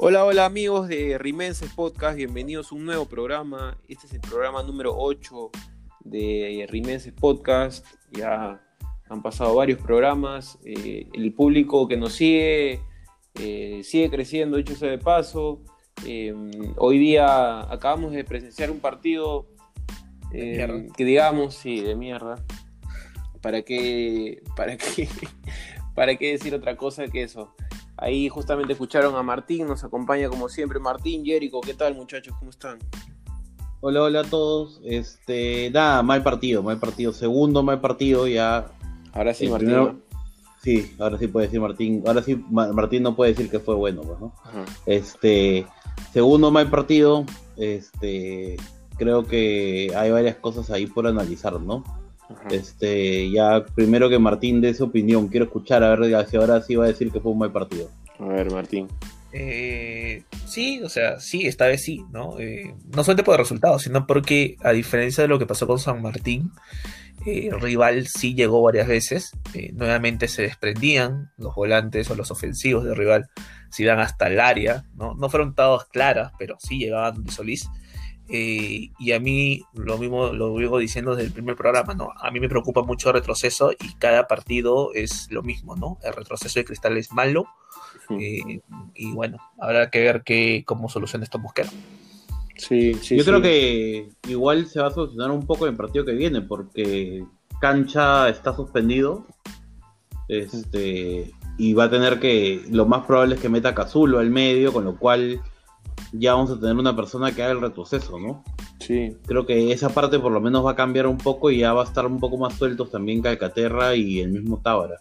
Hola, hola amigos de Rimenses Podcast, bienvenidos a un nuevo programa. Este es el programa número 8 de Rimenses Podcast. Ya han pasado varios programas. El público que nos sigue sigue creciendo, dicho sea de paso. Hoy día acabamos de presenciar un partido que digamos, sí, de mierda. ¿Para qué decir otra cosa que eso? Ahí justamente escucharon a Martín, nos acompaña como siempre Martín, Jerico, ¿qué tal muchachos? ¿Cómo están? Hola a todos. Nada, mal partido. Segundo mal partido ya. Ahora sí, El Martín, primero, ¿no? sí, ahora sí puede decir Martín. Ahora sí, Martín no puede decir que fue bueno, pues, ¿no? Ajá. Segundo mal partido. Creo que hay varias cosas ahí por analizar, ¿no? Ajá. Ya primero que Martín dé su opinión, quiero escuchar a ver si ahora sí va a decir que fue un mal partido. A ver, Martín. Sí, o sea, sí, esta vez sí, ¿no? No solamente por el resultado, sino porque, a diferencia de lo que pasó con San Martín, el rival sí llegó varias veces. Nuevamente se desprendían los volantes o los ofensivos del rival, se iban hasta el área, ¿no? No fueron todas claras, pero sí llegaban de Solís. Y a mí lo mismo lo vengo diciendo desde el primer programa, ¿no? A mí me preocupa mucho el retroceso y cada partido es lo mismo, ¿no? El retroceso de Cristal es malo. Y bueno, habrá que ver cómo soluciona esto Mosquera. Sí. Yo creo que igual se va a solucionar un poco en el partido que viene, porque Cancha está suspendido. Y va a tener lo más probable es que meta a Cazulo al medio, con lo cual ya vamos a tener una persona que haga el retroceso, ¿no? Sí. Creo que esa parte por lo menos va a cambiar un poco y ya va a estar un poco más sueltos también Calcaterra y el mismo Tábara.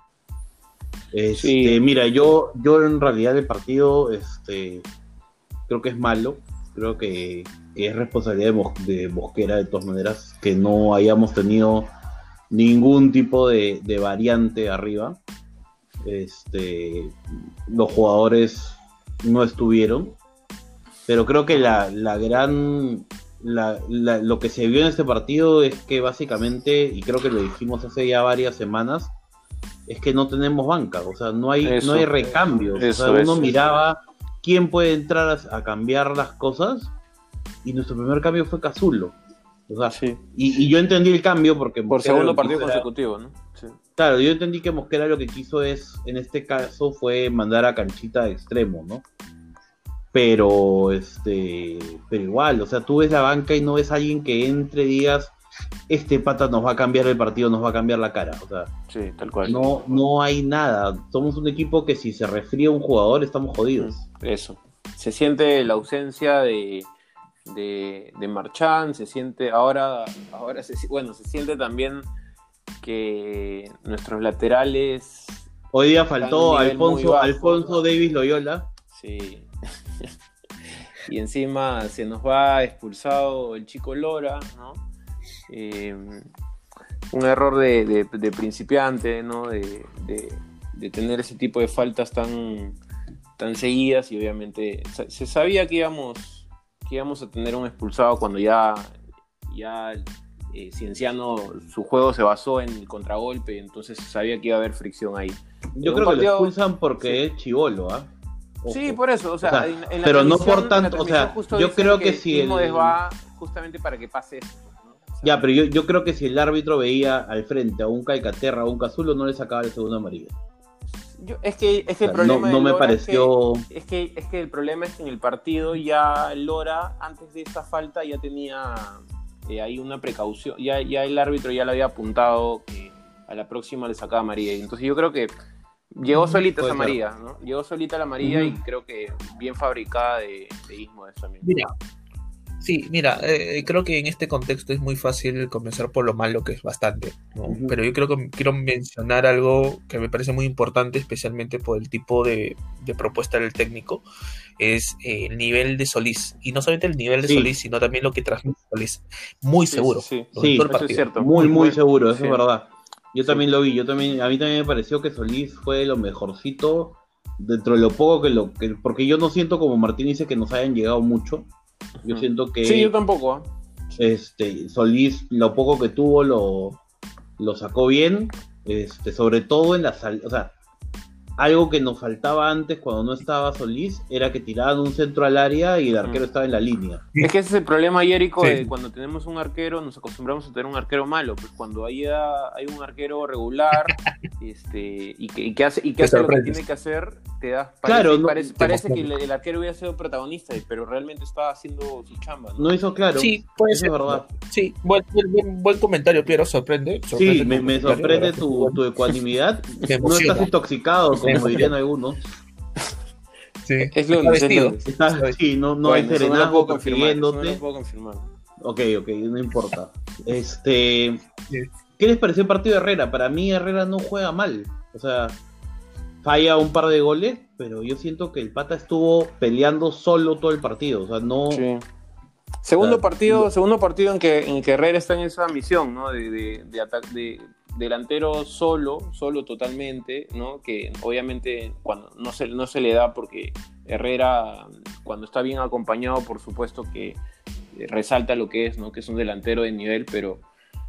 Sí. Mira, yo en realidad el partido creo que es malo. Creo que es responsabilidad de Mosquera de todas maneras que no hayamos tenido ningún tipo de variante arriba. Los jugadores no estuvieron, pero creo que lo que se vio en este partido es que básicamente, y creo que lo dijimos hace ya varias semanas, es que no tenemos banca, o sea, no hay recambios. Uno miraba quién puede entrar a cambiar las cosas, y nuestro primer cambio fue Cazulo. O sea, Sí. y yo entendí el cambio porque Por segundo partido consecutivo, ¿no? Sí. Claro, yo entendí que Mosquera lo que quiso en este caso fue mandar a Canchita de extremo, ¿no? Pero igual, o sea, tú ves la banca y no ves a alguien que entre y digas, este pata nos va a cambiar el partido, nos va a cambiar la cara. O sea, Sí, tal cual. no hay nada. Somos un equipo que si se resfría un jugador estamos jodidos. Eso. Se siente la ausencia de Marchán, se siente se siente también que nuestros laterales hoy día faltó están a un nivel muy bajo, Alfonso Davis Loyola. Sí. Y encima se nos va expulsado el chico Lora, ¿no? Un error de principiante, ¿no? De tener ese tipo de faltas tan seguidas, y obviamente se sabía que íbamos a tener un expulsado cuando ya Cienciano, su juego se basó en el contragolpe, entonces sabía que iba a haber fricción ahí. Yo creo que lo expulsan porque es chibolo, ¿ah? Sí, por eso, o sea, en la pero no por tanto, o sea, yo creo que si va justamente para que pase eso, ¿no? O sea, ya, pero yo creo que si el árbitro veía al frente a un Calcaterra o un Cazulo, no le sacaba el segundo amarillo. Es que el problema no me pareció. Es que el problema es que en el partido ya Lora, antes de esa falta, ya tenía ahí una precaución, ya el árbitro ya le había apuntado que a la próxima le sacaba amarilla, y entonces yo creo que llegó solita esa amarilla, ¿no? Llegó solita la amarilla, y creo que bien fabricada de Ismo eso también. Mira, creo que en este contexto es muy fácil comenzar por lo malo, que es bastante, ¿no? Pero yo creo que quiero mencionar algo que me parece muy importante, especialmente por el tipo de propuesta del técnico, es el nivel de Solís. Y no solamente el nivel de Solís, sino también lo que transmite Solís. Muy seguro. Sí, eso es cierto. Muy seguro, eso sí. es verdad. Yo también lo vi, a mí también me pareció que Solís fue lo mejorcito dentro de lo poco porque yo no siento, como Martín dice, que nos hayan llegado mucho. Yo siento que sí, yo tampoco, Solís lo poco que tuvo lo sacó bien, sobre todo en la salida. O sea, algo que nos faltaba antes cuando no estaba Solís era que tiraban un centro al área y el arquero estaba en la línea. Es que ese es el problema, Jericho, de cuando tenemos un arquero, nos acostumbramos a tener un arquero malo, pues cuando hay un arquero regular y que hace lo que tiene que hacer, parece que el arquero hubiera sido protagonista, pero realmente estaba haciendo su chamba. No hizo claro. Sí, puede ser. Es verdad. Sí, buen comentario, Piero, sorprende. Sí, me sorprende tu ecuanimidad. No estás intoxicado, como dirían algunos. Sí. Es lo vestido. Sí, no hay serenazgo persiguiéndote. No lo puedo confirmar. Ok, no importa. ¿Qué les pareció el partido de Herrera? Para mí Herrera no juega mal. O sea, falla un par de goles, pero yo siento que el Pata estuvo peleando solo todo el partido. O sea, no... Sí. Segundo partido en que Herrera está en esa misión, ¿no? De delantero solo totalmente, ¿no? Que obviamente cuando no se le da, porque Herrera, cuando está bien acompañado, por supuesto que resalta lo que es, ¿no? Que es un delantero de nivel, pero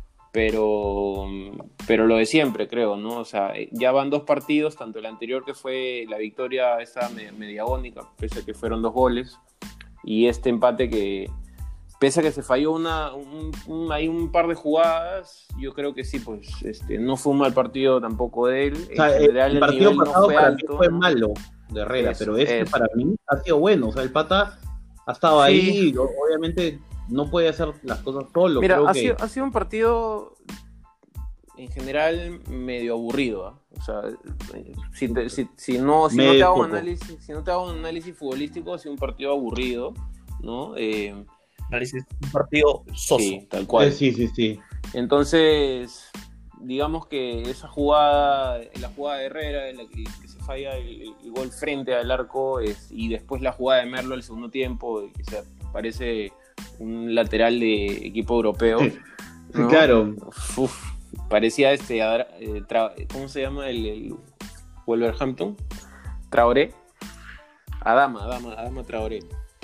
lo de siempre, creo, ¿no? O sea, ya van 2 partidos, tanto el anterior, que fue la victoria esa mediagónica, pese a que fueron 2 goles, y este empate que, pese a que se falló hay un par de jugadas, yo creo que sí, pues no fue un mal partido tampoco de él. O sea, el partido pasado no para mí fue malo de Herrera, pero para mí ha sido bueno. O sea, el Pata ha estado ahí, obviamente no puede hacer las cosas solo. Mira, ha sido un partido en general medio aburrido, ¿eh? O sea, si no te hago un análisis futbolístico, ha sido un partido aburrido, ¿no? Un partido soso. Sí, tal cual. Sí. Entonces, digamos que esa jugada, la jugada de Herrera, en la que se falla el gol frente al arco, y después la jugada de Merlo el segundo tiempo, que parece un lateral de equipo europeo. ¿no? Claro. Parecía ¿cómo se llama el Wolverhampton? Traoré. Adama Traoré.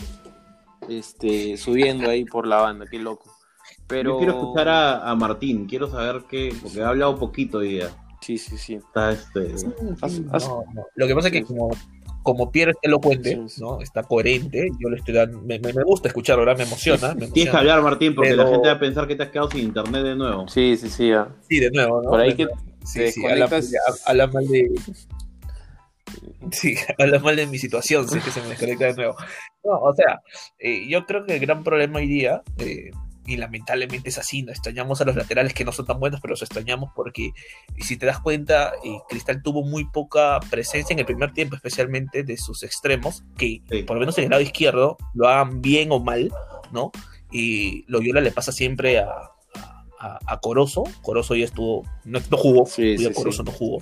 Subiendo ahí por la banda, qué loco. Pero yo quiero escuchar a Martín, quiero saber porque ha hablado poquito hoy día. Sí. Está No. Lo que pasa es que como Pierre es elocuente, ¿no? Está coherente, yo le estoy dando, me gusta escucharlo, ahora me emociona. Tienes que hablar, Martín, porque la gente va a pensar que te has quedado sin internet de nuevo. Sí, ya. Sí, de nuevo, ¿no? Por ahí que habla mal de... Sí, habla mal de mi situación, si es que se me desconecta de nuevo. No, o sea, yo creo que el gran problema hoy día, y lamentablemente es así, no extrañamos a los laterales que no son tan buenos, pero los extrañamos porque, si te das cuenta, Cristal tuvo muy poca presencia en el primer tiempo, especialmente de sus extremos, que por lo menos en el lado izquierdo lo hagan bien o mal, ¿no? Y Loyola le pasa siempre a Corozo ya estuvo, no jugó, Corozo no jugó.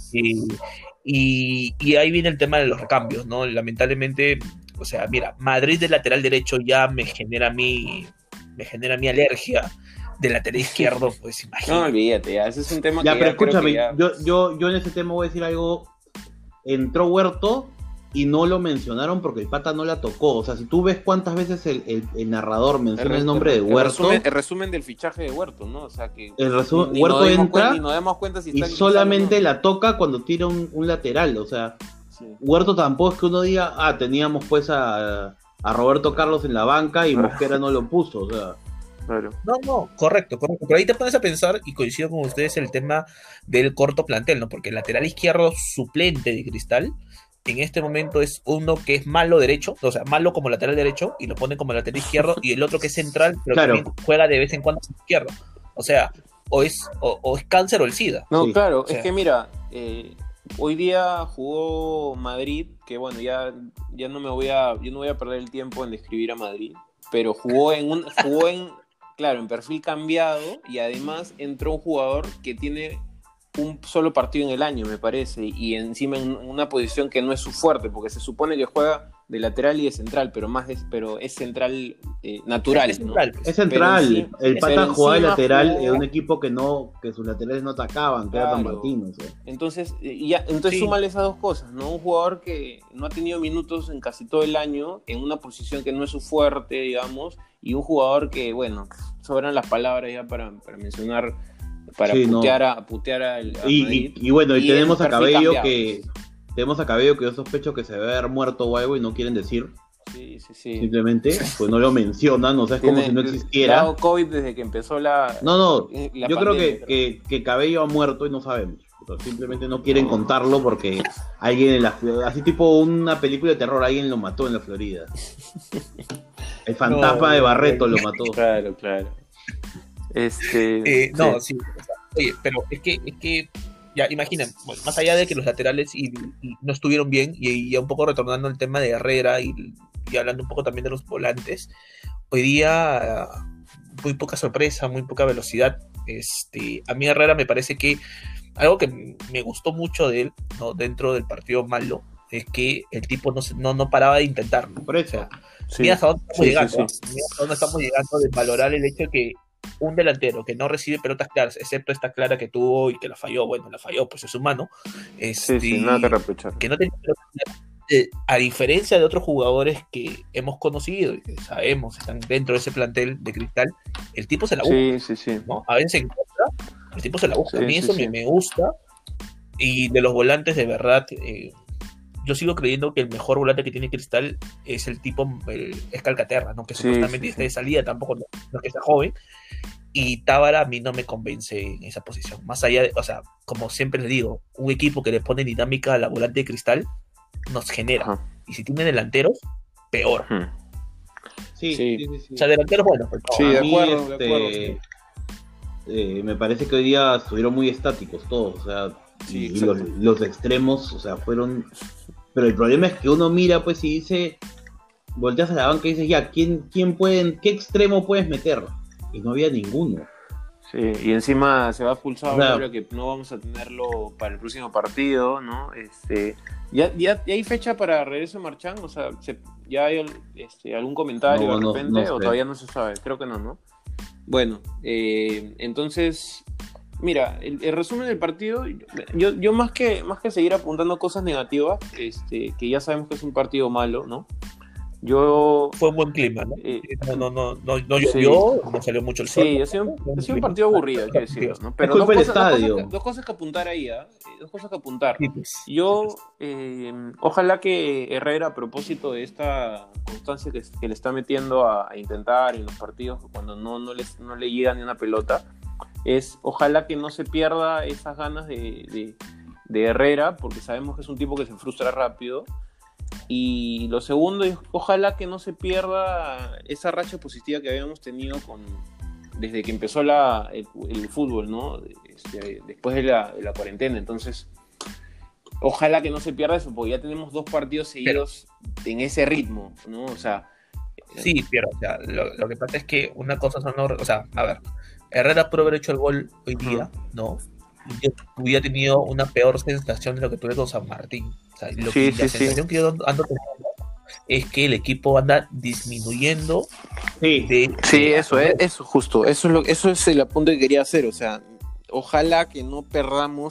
Y ahí viene el tema de los recambios, ¿no? Lamentablemente, o sea, mira, Madrid del lateral derecho ya me genera mi alergia. Del lateral izquierdo, pues imagínate. No, olvídate, ya, ese es un tema ya, que pero ya escúchame, creo que ya... yo en ese tema voy a decir algo. Entró Huerto y no lo mencionaron porque el Pata no la tocó. O sea, si tú ves cuántas veces el narrador menciona el nombre de Huerto... El resumen del fichaje de Huerto, ¿no? O sea, que Huerto entra y nos damos cuenta si y solamente la toca cuando tira un lateral. O sea, Huerto tampoco es que uno diga, teníamos pues a Roberto Carlos en la banca y Mosquera no lo puso, o sea... Claro. No, correcto. Pero ahí te pones a pensar, y coincido con ustedes, el tema del corto plantel, ¿no? Porque el lateral izquierdo suplente de Cristal en este momento es uno que es malo derecho, o sea, malo como lateral derecho, y lo pone como lateral izquierdo, y el otro que es central, pero también juega de vez en cuando izquierdo. O sea, o es cáncer o el SIDA. No, claro, es que mira, hoy día jugó Madrid, que bueno, yo no voy a perder el tiempo en describir a Madrid, pero jugó en perfil cambiado, y además entró un jugador que tiene un solo partido en el año, me parece, y encima en una posición que no es su fuerte, porque se supone que juega de lateral y de central, pero es central natural. Es central, ¿no? Es central. El Pata jugaba de lateral en un equipo que sus laterales no atacaban, que era San Martín. O sea. Entonces súmale esas dos cosas, ¿no? Un jugador que no ha tenido minutos en casi todo el año, en una posición que no es su fuerte, digamos, y un jugador que, bueno, sobran las palabras ya para mencionar, para putear a y bueno, y tenemos a Cabello que Tenemos a Cabello que yo sospecho que se debe haber muerto o algo y no quieren decir. Sí. Simplemente, pues no lo mencionan, o sea, es como si no existiera. Dado COVID desde que empezó la No, la yo pandemia, creo que Cabello ha muerto y no sabemos. O sea, simplemente no quieren contarlo porque alguien en así tipo una película de terror, alguien lo mató en la Florida. El fantasma de Barreto lo mató. Claro. Sí. Oye, pero es que ya imaginen, bueno, más allá de que los laterales y no estuvieron bien, y ya un poco retornando al tema de Herrera y hablando un poco también de los volantes, hoy día muy poca sorpresa, muy poca velocidad. A mí Herrera me parece que algo que me gustó mucho de él, ¿no? Dentro del partido malo, es que el tipo no paraba de intentarlo. Por eso. O sea, mira hasta dónde estamos llegando. Mira hasta dónde estamos llegando de valorar el hecho de que un delantero que no recibe pelotas claras, excepto esta clara que tuvo y que la falló, pues es humano. Nada que reprochar. Que no tenía pelotas claras, a diferencia de otros jugadores que hemos conocido y que sabemos están dentro de ese plantel de Cristal, el tipo se la busca. Sí. ¿No? A veces en contra, el tipo se la busca. A mí eso me gusta. Y de los volantes, de verdad, yo sigo creyendo que el mejor volante que tiene Cristal es el tipo, es Calcaterra, ¿no? Que supuestamente está de salida, tampoco no es que está joven. Y Tábara a mí no me convence en esa posición. Más allá de, o sea, como siempre les digo, un equipo que le pone dinámica a la volante de Cristal nos genera. Ajá. Y si tiene delanteros, peor. Sí. O sea, delanteros, bueno. Pues, sí, de acuerdo. Me parece que hoy día estuvieron muy estáticos todos, o sea, y los extremos, o sea, fueron... Pero el problema es que uno mira, pues, y dice, volteas a la banca y dices, ya, ¿qué extremo puedes meter? Y no había ninguno. Sí, y encima se va expulsado, creo que no vamos a tenerlo para el próximo partido, ¿no? ¿Ya hay fecha para regreso de Marchán? O sea, ¿ya hay algún comentario de repente? ¿O todavía no se sabe? Creo que no. Bueno, entonces, mira, el resumen del partido, yo más que seguir apuntando cosas negativas, que ya sabemos que es un partido malo, ¿no? Fue un buen clima, ¿no? No llovió, no salió mucho el sol. Sí, ha sido un partido aburrido, hay que decirlo, ¿no? Pero dos cosas que apuntar ahí, dos cosas que apuntar. Sí, pues. Ojalá que Herrera, a propósito de esta constancia que le está metiendo a intentar en los partidos, cuando no le llega ni una pelota, ojalá que no se pierda esas ganas de Herrera, porque sabemos que es un tipo que se frustra rápido. Y lo segundo es, ojalá que no se pierda esa racha positiva que habíamos tenido desde que empezó el fútbol, ¿no? Después de la cuarentena. Entonces, ojalá que no se pierda eso, porque ya tenemos 2 partidos seguidos en ese ritmo, ¿no? O sea... Sí, pero o sea, lo que pasa es que una cosa son... O sea, a ver, Herrera pudo haber hecho el gol hoy día, ¿no? Yo hubiera tenido una peor sensación de lo que tuve con San Martín. O sea, la sensación que yo ando teniendo es que el equipo anda disminuyendo. Eso justo. Eso es el apunte que quería hacer. O sea, ojalá que no perdamos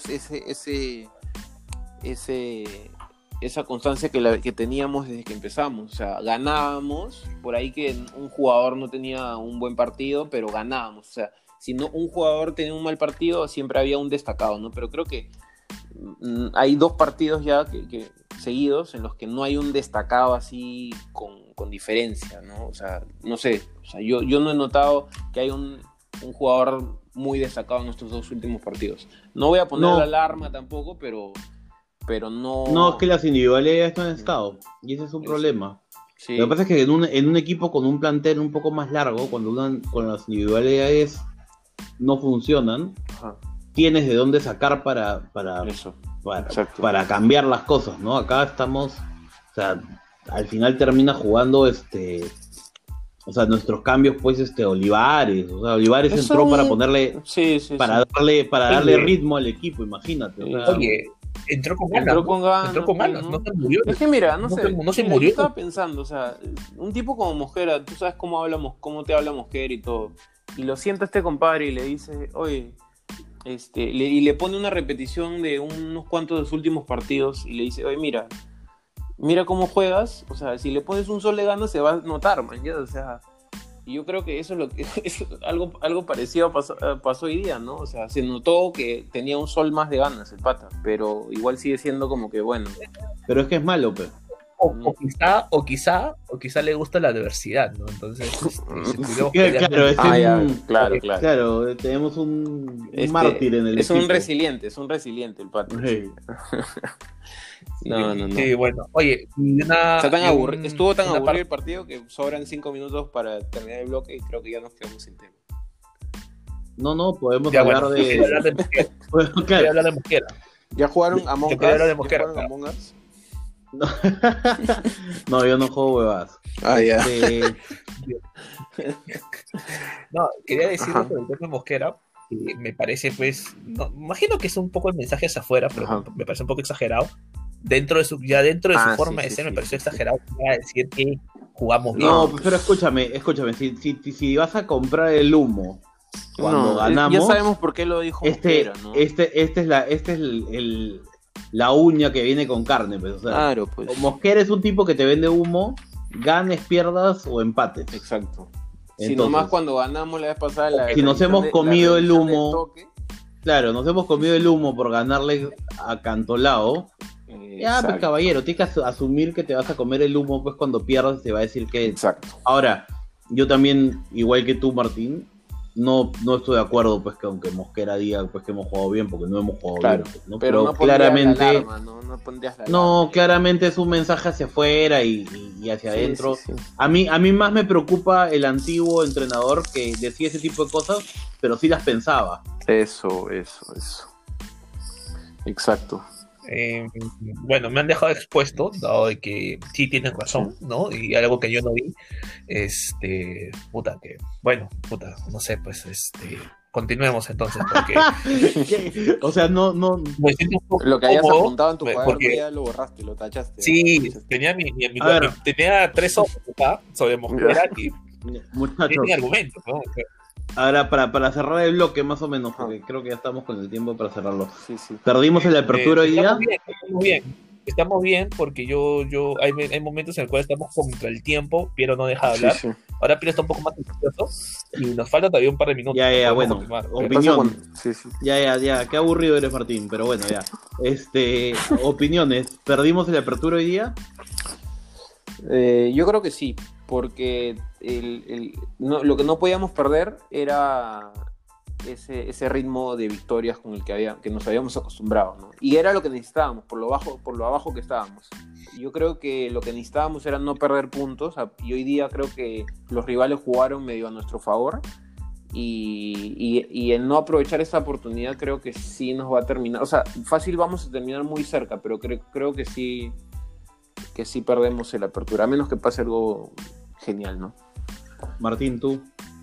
esa constancia que teníamos desde que empezamos. O sea, ganábamos, por ahí que un jugador no tenía un buen partido, pero ganábamos. O sea, si no, un jugador tenía un mal partido, siempre había un destacado, ¿no? Pero creo que hay 2 partidos ya que seguidos en los que no hay un destacado así con diferencia, ¿no? O sea, no sé, o sea, yo no he notado que hay un jugador muy destacado en estos 2 últimos partidos. No voy a poner la alarma tampoco, pero no... No, es que las individualidades no han estado, y ese es un problema. Sí. Lo que pasa es que en un equipo con un plantel un poco más largo, cuando con las individualidades no funcionan, tienes de dónde sacar para cambiar las cosas, ¿no? Acá estamos, o sea, al final termina jugando o sea, nuestros cambios, pues, Olivares, o sea, Olivares entró para ponerle, darle ritmo al equipo, imagínate. O sea, oye, entró con ganas, no se murió. Es que mira, no se murió. Yo estaba pensando, o sea, un tipo como Mosquera, tú sabes cómo te habla Mosquera y todo, y lo sienta este compadre y le dice, oye, y le pone una repetición de unos cuantos de los últimos partidos y le dice, oye, mira cómo juegas, o sea, si le pones un sol de ganas se va a notar, man, ¿ya? O sea, Y yo creo que eso es lo que es algo parecido pasó hoy día, ¿no? O sea, se notó que tenía un sol más de ganas el pata, pero igual sigue siendo como que bueno. Pero es que es malo, pues. O quizá le gusta la diversidad, ¿no? Entonces, claro, tenemos un mártir en el es equipo. Es un resiliente el pato. Sí. No. Sí, bueno, oye, estuvo tan aburrido el partido que sobran 5 minutos para terminar el bloque y creo que ya nos quedamos sin tema. No, podemos hablar de Mosquera. ¿Ya jugaron Among Us? No, yo no juego huevadas. Ya. No, quería decirlo por el tema de Mosquera, que me parece, pues, no, imagino que es un poco el mensaje hacia afuera, pero me parece un poco exagerado. Dentro de su forma de ser, me pareció exagerado decir que jugamos bien. No, pero escúchame, si vas a comprar el humo cuando ganamos, ya sabemos por qué lo dijo Mosquera, ¿no? Este es la uña que viene con carne, pues, o sea, claro, pues. Mosquera es un tipo que te vende humo, ganes, pierdas o empates. Exacto. Entonces, si nomás cuando ganamos la vez pasada si nos hemos comido el humo, claro, nos hemos comido el humo por ganarle a Cantolao. Ya, pues caballero, tienes que asumir que te vas a comer el humo, pues cuando pierdas te va a decir que... Exacto. Ahora, yo también, igual que tú, Martín, no estoy de acuerdo pues que aunque Mosquera diga pues que hemos jugado bien, porque no hemos jugado bien, pues, ¿no? Pero no claramente la alarma, no pondrías la alarma. No, claramente es un mensaje hacia afuera y hacia adentro. Sí. A mí más me preocupa el antiguo entrenador que decía ese tipo de cosas, pero sí las pensaba. Eso. Exacto. Bueno, me han dejado expuesto, dado de que sí tienen razón, ¿no? Y algo que yo no vi, no sé, pues, continuemos entonces, porque... O sea, no... Lo que hayas apuntado en tu cuaderno ya lo borraste, lo tachaste. Sí, tenía 3 ojos acá sobre Mosquera y tiene argumentos, ¿no? Ahora, para cerrar el bloque, más o menos, porque creo que ya estamos con el tiempo para cerrarlo. Sí. ¿Perdimos en la apertura hoy día? Estamos bien, porque hay momentos en los cuales estamos contra el tiempo, Piero no deja de hablar. Sí. Ahora Piero está un poco más nervioso y nos falta todavía un par de minutos. Ya, bueno, opinión. Sí. Ya, qué aburrido eres, Martín, pero bueno, ya. Opiniones, ¿perdimos en la apertura hoy día? Yo creo que sí, porque lo que no podíamos perder era ese ritmo de victorias con el que nos habíamos acostumbrado, ¿no? Y era lo que necesitábamos, por lo abajo que estábamos. Yo creo que lo que necesitábamos era no perder puntos, y hoy día creo que los rivales jugaron medio a nuestro favor, y el no aprovechar esa oportunidad creo que sí nos va a terminar, o sea, fácil vamos a terminar muy cerca, pero creo que sí perdemos la apertura, a menos que pase algo genial, ¿no? Martín, ¿tú?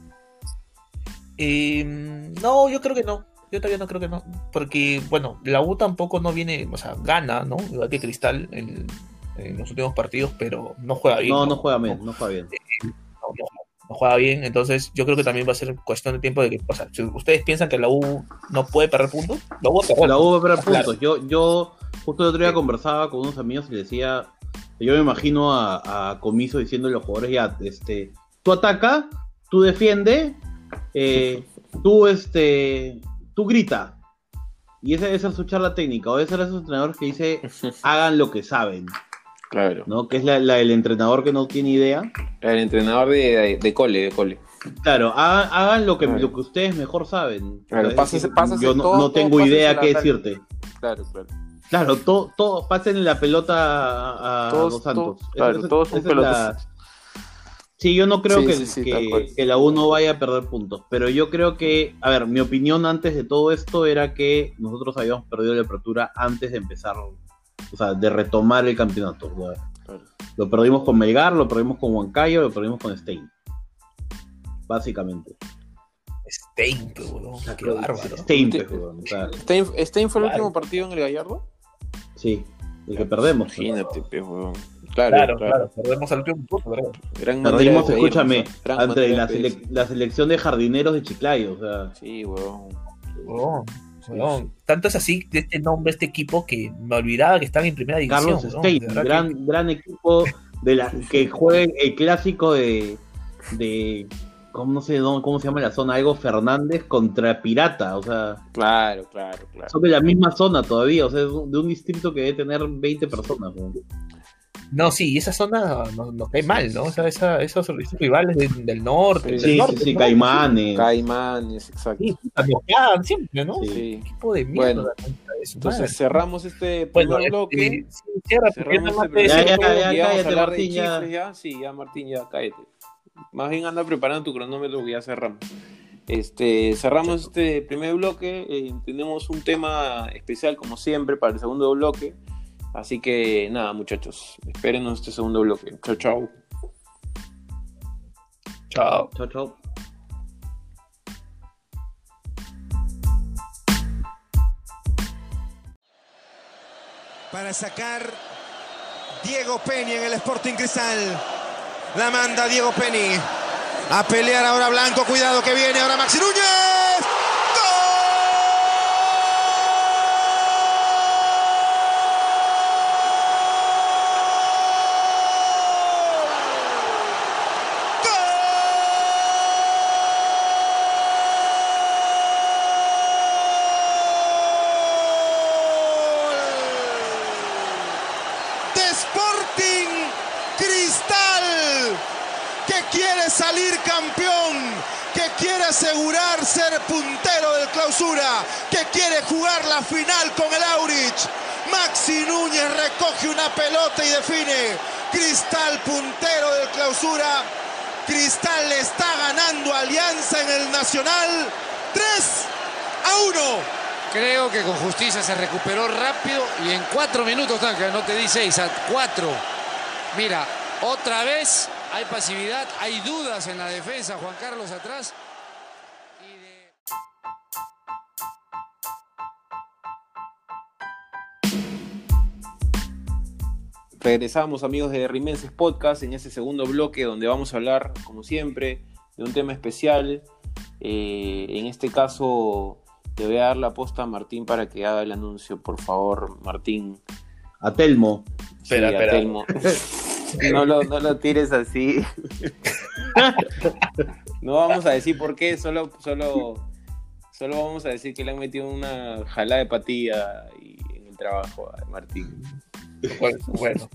No, yo creo que no. Yo todavía no creo que no. Porque, bueno, la U tampoco no viene, o sea, gana, ¿no? Igual que Cristal en los últimos partidos, pero no juega bien. No juega bien. No juega bien, entonces yo creo que también va a ser cuestión de tiempo de que, o sea, si ustedes piensan que la U no puede perder puntos, la U va a perder puntos. Yo justo el otro día conversaba con unos amigos y les decía, yo me imagino a Comiso diciendo a los jugadores, ya, tú ataca, tú defiende, tú grita. Y esa es su charla técnica, o ese era su entrenador que dice, hagan lo que saben. Claro. ¿No? Que es la del entrenador que no tiene idea. El entrenador de cole. Claro, hagan lo que ustedes mejor saben. Claro, yo no tengo idea qué decirte. Claro, todo pasen la pelota a Dos Santos. Todos son pelotas. Sí, yo no creo que la U no vaya a perder puntos, pero yo creo que, a ver, mi opinión antes de todo esto era que nosotros habíamos perdido la apertura antes de empezar, o sea, de retomar el campeonato. Claro. Lo perdimos con Melgar, lo perdimos con Huancayo, lo perdimos con Stein. Básicamente. Stein, qué bárbaro. ¿Stein fue el último partido en el Gallardo? Sí, el que perdemos. Imagínate, weón. Claro, perdemos al último punto, ¿verdad? Perdimos, escúchame, ante la selección de jardineros de Chiclayo, o sea. Sí, weón. Tanto es así de este nombre, este equipo, que me olvidaba que estaba en primera división. Carlos Stein, gran equipo que juegue el clásico de no sé cómo se llama la zona, algo Fernández contra Pirata, o sea. Claro. Son de la misma zona todavía, o sea, de un distrito que debe tener 20 personas, ¿no? No, sí, esa zona nos cae mal, ¿no? O sea, esos rivales del norte. Sí, norte, ¿no? Caimanes. Caimanes, exacto. Sí, nos siempre, ¿no? Sí. Equipo de mierda. Bueno, entonces cerramos este primer bloque. Cerramos este primer bloque. Ya, Vamos a cállate, hablar Martín, de chifles ya. Sí, ya, Martín, ya, cállate. Más bien anda preparando tu cronómetro que ya cerramos. Cerramos este primer bloque. Tenemos un tema especial, como siempre, para el segundo bloque. Así que nada, muchachos, espérenos este segundo bloque. Chao. Chao. Para sacar Diego Penny en el Sporting Cristal. La manda Diego Penny. A pelear ahora Blanco. Cuidado que viene ahora Maxi Núñez. Salir campeón, que quiere asegurar ser puntero del Clausura, que quiere jugar la final con el Aurich. Maxi Núñez recoge una pelota y define. Cristal puntero del Clausura. Cristal le está ganando a Alianza en el Nacional 3-1. Creo que con justicia se recuperó rápido y en 4 minutos, no te di 6, a 4. Mira, otra vez hay pasividad, hay dudas en la defensa, Juan Carlos atrás. Regresamos, amigos de Rimenses Podcast, en ese segundo bloque donde vamos a hablar, como siempre, de un tema especial. En este caso, le voy a dar la posta a Martín para que haga el anuncio, por favor, Martín. A Telmo. Espera. A Telmo. No lo tires así. No vamos a decir por qué, solo vamos a decir que le han metido una jalada de patilla en el trabajo a Martín. Bueno.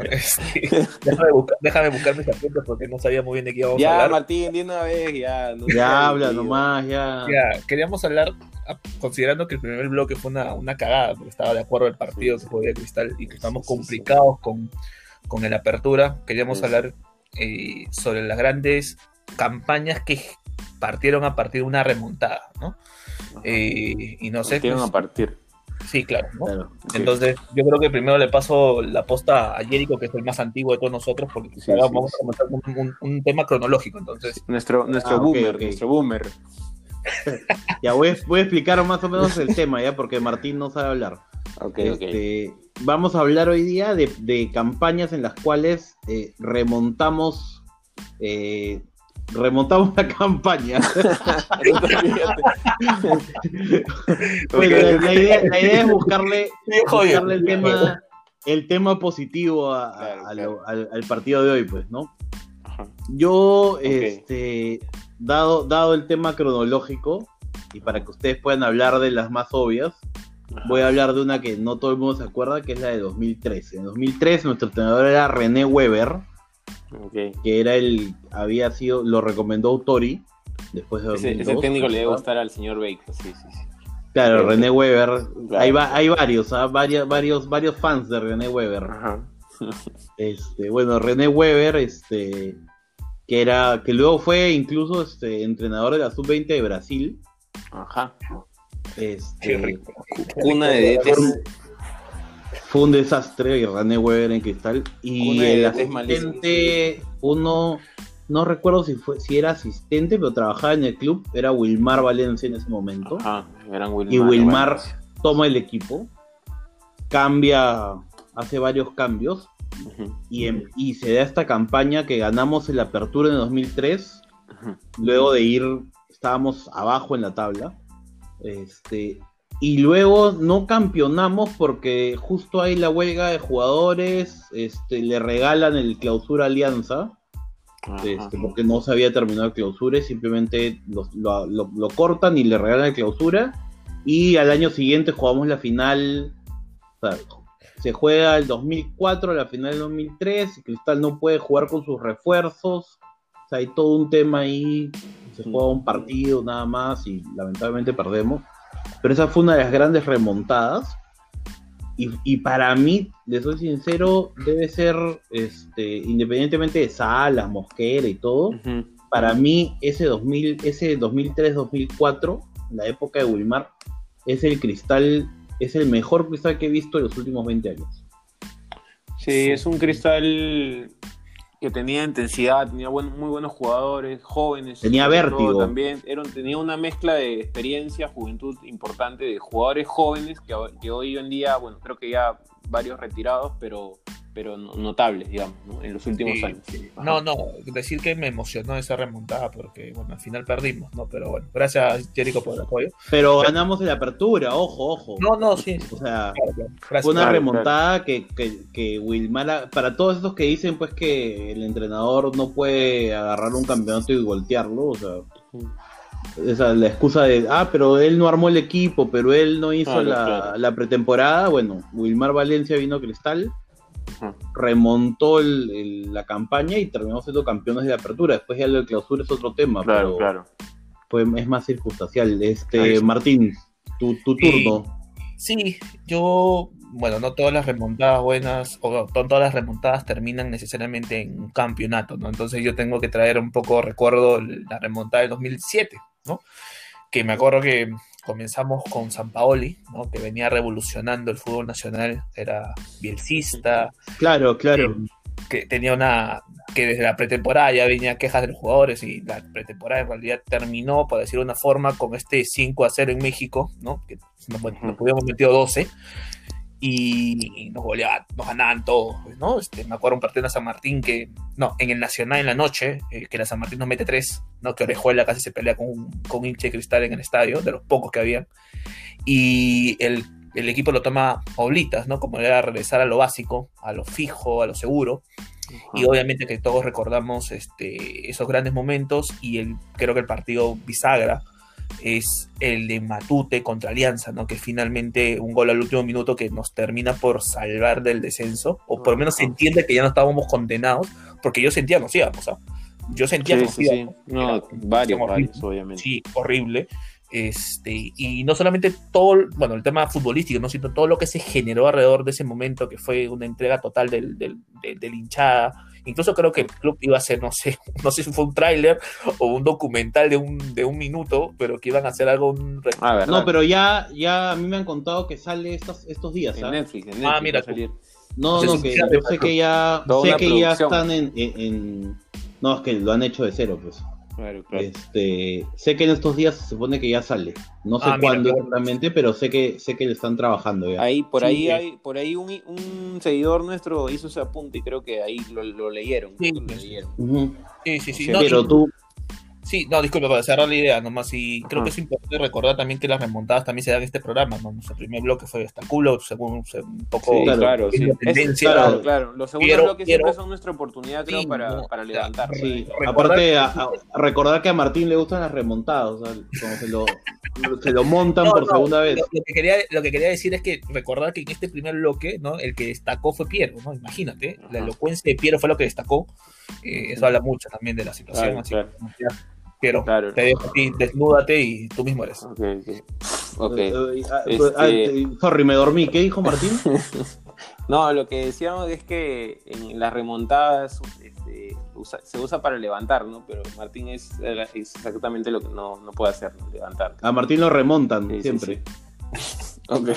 Déjame buscar mis apuntes porque no sabía muy bien de qué íbamos a hablar. Ya, Martín, de una vez, ya. No ya habla nomás, ya. Queríamos hablar, considerando que el primer bloque fue una cagada, porque estaba de acuerdo el partido que jugó Cristal y que estamos complicados con el apertura. Queríamos hablar sobre las grandes campañas que partieron a partir de una remontada, ¿no? Y no sé. Partieron a partir. Sí, claro, ¿no? Claro. Entonces, yo creo que primero le paso la posta a Jerico, que es el más antiguo de todos nosotros, porque vamos a comentar un tema cronológico. Entonces, nuestro boomer, okay. Nuestro boomer. Ya voy a explicar más o menos el tema, ya, porque Martín no sabe hablar. Okay. Vamos a hablar hoy día de campañas en las cuales remontamos la campaña. Bueno, la idea es buscarle el tema positivo al partido de hoy, pues, ¿no? Ajá. Yo, dado el tema cronológico, y para que ustedes puedan hablar de las más obvias, voy a hablar de una que no todo el mundo se acuerda, que es la de 2013. En 2003 nuestro entrenador era René Weber, que lo recomendó Autori después de 2002. Ese técnico le debe gustar al señor Baker, sí. Claro, René Weber, claro. Hay varios, varios fans de René Weber. Ajá. Bueno, René Weber, que luego fue incluso entrenador de la Sub-20 de Brasil. Ajá. Qué rico. Una de DTs. Fue un desastre y René Weber en Cristal. Y el asistente, no recuerdo si era asistente, pero trabajaba en el club, era Wilmar Valencia en ese momento. Ajá, y Wilmar toma el equipo, hace varios cambios, uh-huh. y se da esta campaña que ganamos en la apertura en 2003, uh-huh. Luego de estábamos abajo en la tabla, y luego no campeonamos porque justo hay la huelga de jugadores, le regalan el Clausura Alianza. porque no se había terminado el clausura y simplemente lo cortan y le regalan el clausura, y al año siguiente jugamos la final. O sea, se juega el 2004, la final del 2003, y Cristal no puede jugar con sus refuerzos. O sea, hay todo un tema ahí. Se juega un partido nada más y lamentablemente perdemos. Pero esa fue una de las grandes remontadas. Y para mí, le soy sincero, debe ser, independientemente de Salas, Mosquera y todo, para mí ese 2003-2004, la época de Wilmar, es el mejor Cristal que he visto en los últimos 20 años. Sí, es un Cristal que tenía intensidad, tenía muy buenos jugadores, jóvenes. Tenía vértigo. También tenía una mezcla de experiencia, juventud importante, de jugadores jóvenes que hoy en día, bueno, creo que ya varios retirados, pero notables, digamos, ¿no? En los últimos años. No, decir que me emocionó esa remontada porque, bueno, al final perdimos, ¿no? Pero bueno, gracias, Jerico, por el apoyo. Pero ganamos en la apertura, ojo. No, sí. O sea, claro. Fue una remontada que Wilmar, para todos esos que dicen, pues, que el entrenador no puede agarrar un campeonato y voltearlo, o sea, esa la excusa de, pero él no armó el equipo, pero él no hizo la pretemporada. Bueno, Wilmar Valencia vino a Cristal, remontó la campaña y terminamos siendo campeones de la apertura. Después ya lo de clausura es otro tema, pero es más circunstancial. Martín, tu turno. Sí, yo, bueno, no todas las remontadas buenas, o todas las remontadas terminan necesariamente en un campeonato, ¿no? Entonces yo tengo que traer un poco recuerdo la remontada del 2007, ¿no? Que me acuerdo que comenzamos con Sampaoli, ¿no? Que venía revolucionando el fútbol nacional, era bielcista. Claro. Que tenía que desde la pretemporada ya venía quejas de los jugadores, y la pretemporada en realidad terminó, por decirlo de una forma, con este 5-0 en México, ¿no? Que nos pudimos metido 12 y nos ganaban todos, ¿no? Me acuerdo un partido en San Martín en el Nacional en la noche, que la San Martín nos mete 3, ¿no? Que Orejuela casi se pelea con un hincha de Cristal en el estadio, de los pocos que había, y el equipo lo toma a oblitas, ¿no? Como era regresar a lo básico, a lo fijo, a lo seguro. Y obviamente que todos recordamos esos grandes momentos, y creo que el partido bisagra es el de Matute contra Alianza, ¿no? Que finalmente un gol al último minuto que nos termina por salvar del descenso, o por lo menos se entiende que ya no estábamos condenados, porque yo sentía que nos íbamos, ¿sabes? Yo sentía que nos íbamos. No, varios, obviamente. Sí, horrible. Y no solamente todo, bueno, el tema futbolístico, ¿no? Sino todo lo que se generó alrededor de ese momento, que fue una entrega total del hinchada. Incluso creo que el club iba a hacer, no sé si fue un tráiler o un documental de un minuto, pero que iban a hacer algo. No, pero ya a mí me han contado que sale estos días, ¿sabes? En Netflix mira. No, que yo sé que ya están en no, es que lo han hecho de cero, pues. Claro. Sé que en estos días se supone que ya sale. No sé cuándo exactamente, pero sé que le están trabajando ya. Por ahí un seguidor nuestro hizo ese apunte y creo que ahí lo leyeron. Sí. Sí. Pero tú... Sí, no, disculpa, para cerrar la idea nomás, y creo que es importante recordar también que las remontadas también se dan en este programa, ¿no? Nuestro primer bloque fue hasta culo, según un poco... Sí, claro. Los segundos bloques siempre son nuestra oportunidad, creo, para levantar. Sí. Aparte, recordar que a Martín le gustan las remontadas, o sea, como se lo montan por segunda vez. Lo que quería decir es que recordar que en este primer bloque, ¿no? El que destacó fue Piero, ¿no? Imagínate, la elocuencia de Piero fue lo que destacó. Eso habla mucho también de la situación, así que... Pero te dejo a ti, desnúdate y tú mismo eres. Okay. Sorry, me dormí. ¿Qué dijo Martín? No, lo que decíamos es que en las remontadas se usa para levantar, ¿no? Pero Martín es exactamente lo que no puede hacer, ¿no? Levantar. A Martín lo remontan siempre. Sí. Okay.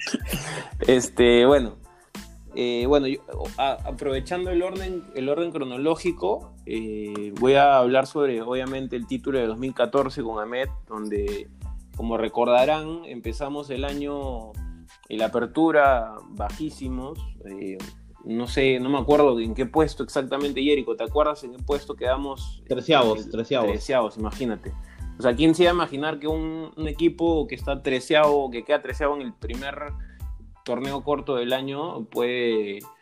Bueno, yo, aprovechando el orden cronológico, voy a hablar sobre, obviamente, el título de 2014 con Ahmed, donde, como recordarán, empezamos el año en la apertura bajísimos. No sé, no me acuerdo en qué puesto exactamente, Jerico, ¿te acuerdas en qué puesto quedamos? Treceavos, imagínate. O sea, ¿quién se iba a imaginar que un equipo que está que queda treceavo en el primer torneo corto del año puede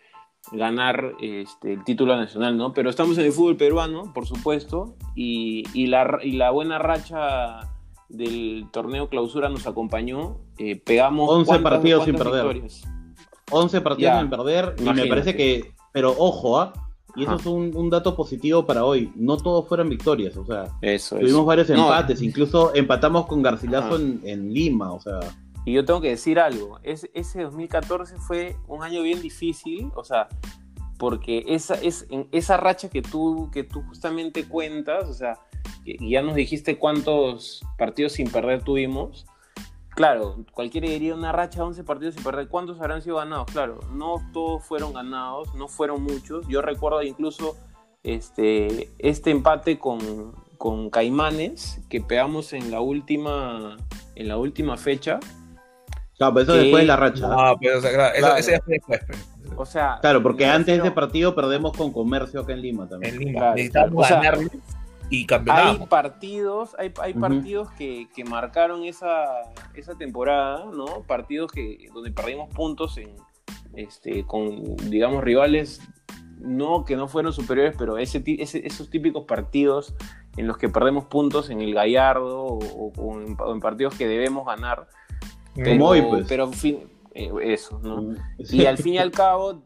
ganar el título nacional, ¿no? Pero estamos en el fútbol peruano, por supuesto, y la buena racha del torneo clausura nos acompañó. Pegamos 11 partidos sin perder. Victorias. 11 partidos sin perder, y me parece que, pero ojo, y eso es un dato positivo para hoy, no todos fueron victorias, o sea, tuvimos varios empates, incluso empatamos con Garcilaso en Lima, o sea. Y yo tengo que decir algo, ese 2014 fue un año bien difícil, o sea, porque esa racha que tú justamente cuentas, o sea, y ya nos dijiste cuántos partidos sin perder tuvimos. Claro, cualquiera diría una racha de 11 partidos sin perder. ¿Cuántos habrán sido ganados? Claro, no todos fueron ganados, no fueron muchos. Yo recuerdo incluso este empate con Caimanes que pegamos en la última fecha. Claro, pero eso después de la racha. No, pero o sea, claro. Ese fue después. O sea, claro, porque antes de ese partido perdemos con Comercio acá en Lima también. En Lima, claro, necesitamos ganar y campeonato. Hay partidos que marcaron esa temporada, ¿no? Partidos donde perdimos puntos con, digamos, rivales que no fueron superiores, pero esos típicos partidos en los que perdemos puntos en el Gallardo o en partidos que debemos ganar. Como hoy, pues. Pero en fin, eso, ¿no? Y al fin y al cabo,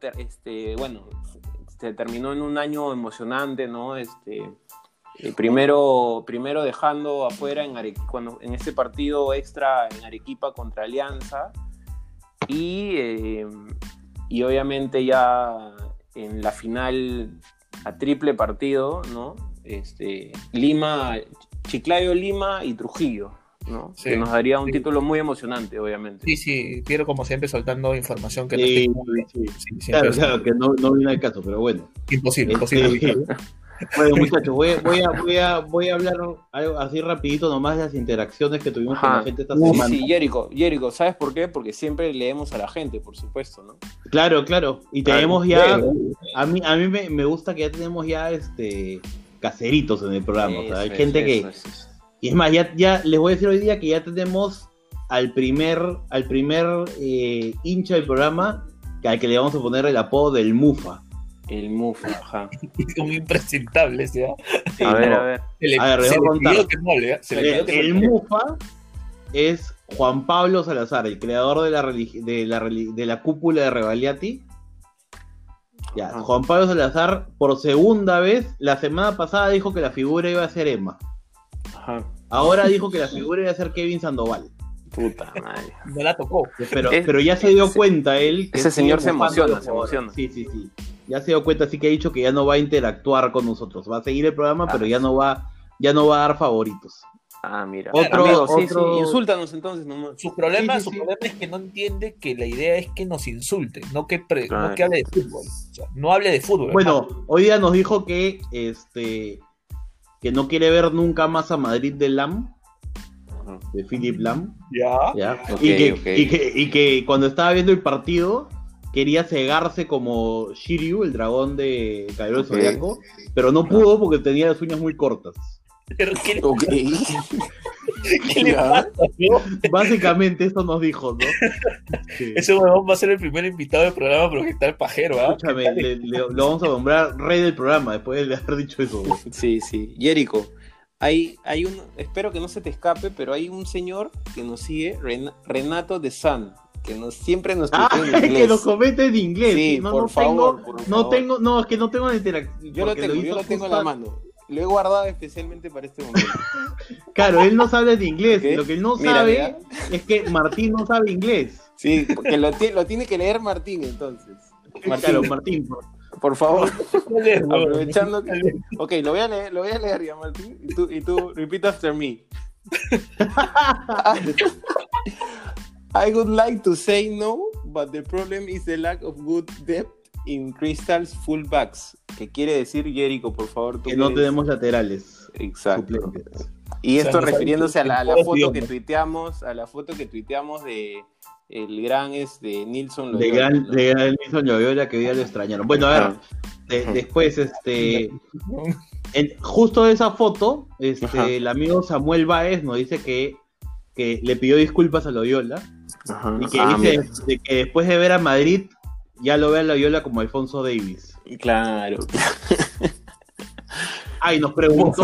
se terminó en un año emocionante, ¿no? Primero dejando afuera en este partido extra en Arequipa contra Alianza y obviamente ya en la final a triple partido, ¿no? Lima, Chiclayo, Lima y Trujillo, ¿no? Sí, que nos daría un título muy emocionante, obviamente. Sí, Piero como siempre soltando información que sí, claro, que no viene al caso, pero bueno. Imposible. Bueno, muchachos, voy a hablar algo así rapidito nomás de las interacciones que tuvimos con la gente esta semana. Sí, Jerico, ¿sabes por qué? Porque siempre leemos a la gente, por supuesto, ¿no? Claro, y tenemos ya, a mí me gusta que ya tenemos ya caseritos en el programa, o sea, hay gente que... Y es más, ya les voy a decir hoy día que ya tenemos al primer hincha del programa, al que le vamos a poner el apodo del Mufa. El Mufa, ajá. Como impresentable, ¿sí? Sí, a ver. El Mufa es Juan Pablo Salazar, el creador de la cúpula de Revaliati. Ya, Juan Pablo Salazar, por segunda vez, la semana pasada dijo que la figura iba a ser Emma. Ajá. Ahora dijo que la figura iba a ser Kevin Sandoval. Puta madre. No la tocó. Pero ya se dio cuenta él. Que ese señor se emociona. Sí. Ya se dio cuenta, así que ha dicho que ya no va a interactuar con nosotros. Va a seguir el programa, pero ya no va a dar favoritos. Ah, mira. Otro... Insúltanos entonces nomás. Su problema es que no entiende que la idea es que nos insulte, no que hable de fútbol. O sea, no hable de fútbol. Bueno, hoy día nos dijo que que no quiere ver nunca más a Madrid de Lam, de Philip Lam. Ya. Okay, y que cuando estaba viendo el partido quería cegarse como Shiryu, el dragón de Caballero Zodiaco, pero no pudo porque tenía las uñas muy cortas. Pero ¿qué le pasa, ¿no? Básicamente eso nos dijo, ¿no? Sí. Ese huevón va a ser el primer invitado del programa, pero que está el pajero, ¿ah? Escúchame, lo vamos a nombrar rey del programa después de haber dicho eso. Sí. Jerico, hay espero que no se te escape, pero hay un señor que nos sigue, Renato de San, que siempre nos en inglés. Que lo comete en inglés. Sí, por favor. Es que no tengo la interacción. Yo lo tengo en la mano. Lo he guardado especialmente para este momento. Claro, él no sabe de inglés. ¿Okay? Lo que él no sabe es que Martín no sabe inglés. Sí, porque lo tiene que leer Martín entonces. Claro, Martín. Por favor. Aprovechando que... Ok, lo voy a leer ya, Martín. Y tú repeat after me. I would like to say no, but the problem is the lack of good depth in Crystal's fullbacks. ¿Qué quiere decir, Jerico? Por favor, que no tenemos laterales. Exacto. Suplentes. Y esto refiriéndose a la foto que tuiteamos, de el gran Nilson Loyola. De gran Nilson Loyola, que hoy día lo extrañaron. Bueno, a ver, después justo de esa foto, el amigo Samuel Báez nos dice que le pidió disculpas a Loyola. Y que dice que después de ver a Madrid ya lo ve a Loyola como Alfonso Davis. Claro. Ay, nos preguntó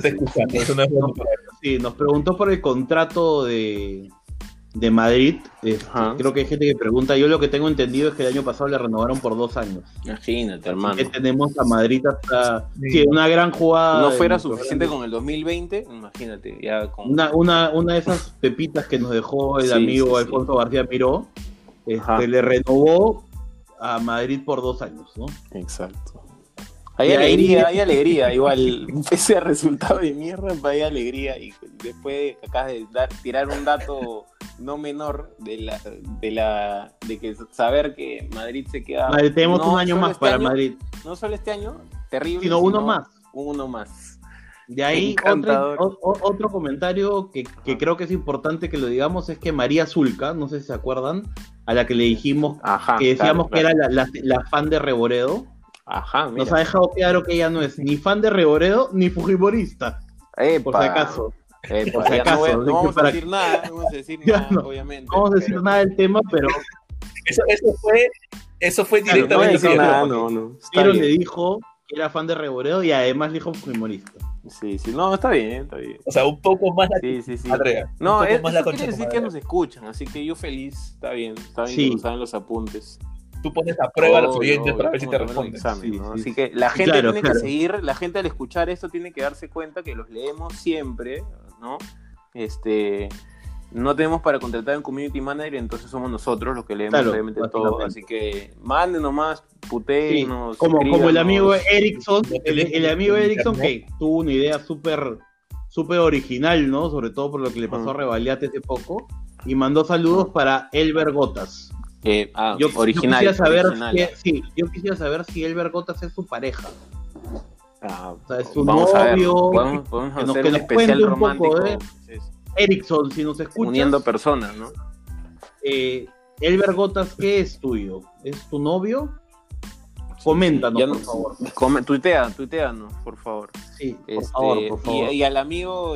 nos preguntó por el contrato de Madrid. Creo que hay gente que pregunta. Yo lo que tengo entendido es que el año pasado le renovaron por 2 años. Imagínate, hermano. Que tenemos a Madrid hasta una gran jugada. No fuera suficiente con el 2020, imagínate. Ya con... una de esas pepitas que nos dejó el amigo Alfonso García Miró, le renovó a Madrid por 2 años, ¿no? Exacto. Hay alegría, igual, pese a resultado de mierda, hay alegría, y después acabas de tirar un dato no menor de que saber que Madrid se queda... Madrid, tenemos un año más para Madrid. No solo este año, terrible, sino uno más. Uno más. De ahí otro comentario que creo que es importante que lo digamos es que María Zulca, no sé si se acuerdan, a la que le dijimos, que decíamos que era la fan de Reboredo. Mira. Nos ha dejado claro que ella no es ni fan de Reboredo ni fujimorista. Por si acaso. No vamos a decir nada, obviamente. No vamos a decir nada del tema, pero... Eso fue directamente. No. Pero le dijo que era fan de Reboredo y además le dijo fujimorista. Sí, no, está bien. O sea, un poco más Andrea. No, eso quiere decir que nos escuchan, así que yo feliz, está bien que nos hagan los apuntes. Tú pones a prueba a los oyentes para ver si te responden. Así que la gente tiene que seguir, la gente al escuchar esto tiene que darse cuenta que los leemos siempre, ¿no? No tenemos para contratar un community manager, entonces somos nosotros los que leemos obviamente todo, así que manden nomás, putéenos. Como el amigo Erickson, el amigo Erickson que tuvo una idea súper original, ¿no? Sobre todo por lo que le pasó a Rebaliate hace poco, y mandó saludos para Elber Gotas. Original. Yo quisiera saber si Elber Gotas es su pareja. O sea, es su novio. Podemos hacer un especial romántico. Erickson, si nos escuchas. Uniendo personas, ¿no? Elber Gotas, ¿qué es tuyo? ¿Es tu novio? Coméntanos, por favor. Tuiteanos, por favor. Sí, por favor. Y al amigo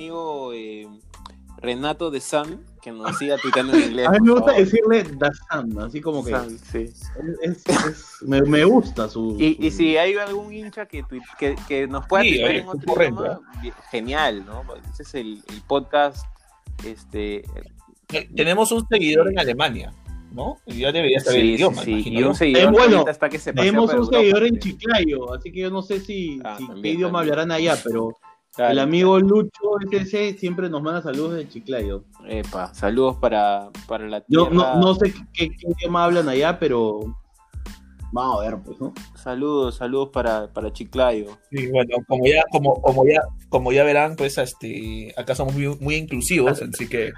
Renato de San, que nos siga tuiteando en inglés. A mí me gusta decirle The Sun, así como que San, sí. me gusta su... Y si hay algún hincha que nos pueda tuitear en otro idioma, genial, ¿no? Ese es el podcast. Tenemos un seguidor en Alemania, ¿no? Ya debería saber el idioma. Sí. Y un seguidor hasta que se pasea tenemos un Europa, seguidor en Chiclayo, así que yo no sé si qué idioma hablarán allá, pero... Claro. El amigo Lucho SC siempre nos manda saludos de Chiclayo. Saludos para la tierra. Yo no sé qué idioma hablan allá, pero vamos a ver, pues, ¿no? Saludos para Chiclayo. Sí, bueno, como ya verán, pues acá somos muy inclusivos, así que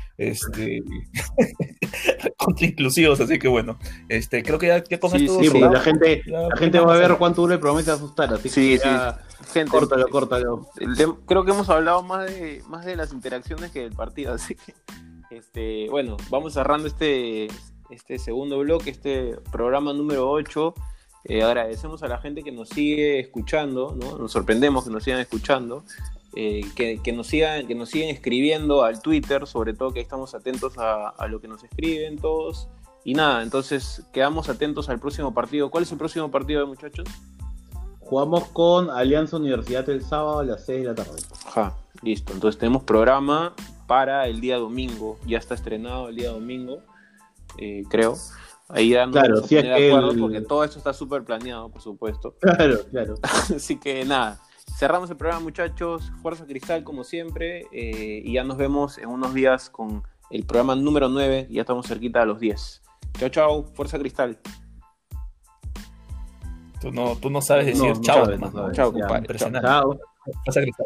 contra inclusivos, así que bueno, creo que ya con esto la gente va a ver cuánto dura el programa y se va a asustar, así que gente, córtalo. Creo que hemos hablado más de las interacciones que del partido, así que bueno, vamos cerrando este segundo bloque, este programa número 8. Agradecemos a la gente que nos sigue escuchando, ¿no? Nos sorprendemos que nos sigan escuchando. Que nos sigan escribiendo al Twitter, sobre todo, que ahí estamos atentos a lo que nos escriben todos. Y nada, entonces quedamos atentos al próximo partido. ¿Cuál es el próximo partido, muchachos? Jugamos con Alianza Universidad el sábado a las 6 de la tarde. Listo, entonces tenemos programa para el día domingo. Ya está estrenado el día domingo, creo. Ahí ya nos vamos a poner de acuerdo, porque todo esto está súper planeado, por supuesto. Claro. Así que nada, cerramos el programa, muchachos. Fuerza Cristal, como siempre, y ya nos vemos en unos días con el programa número 9. Ya estamos cerquita a los 10. Chao, Fuerza Cristal. Tú no sabes decir chao. Chao, compadre. Impresionante. Chao. Fuerza Cristal.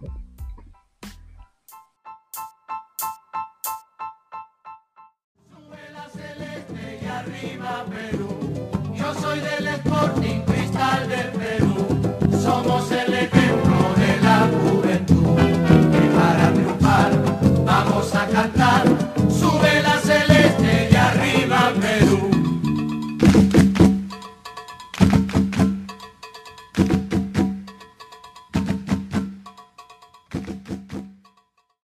Yo soy del Sporting Cristal del Perú. Somos el ejemplo de la juventud. Y para triunfar vamos a cantar.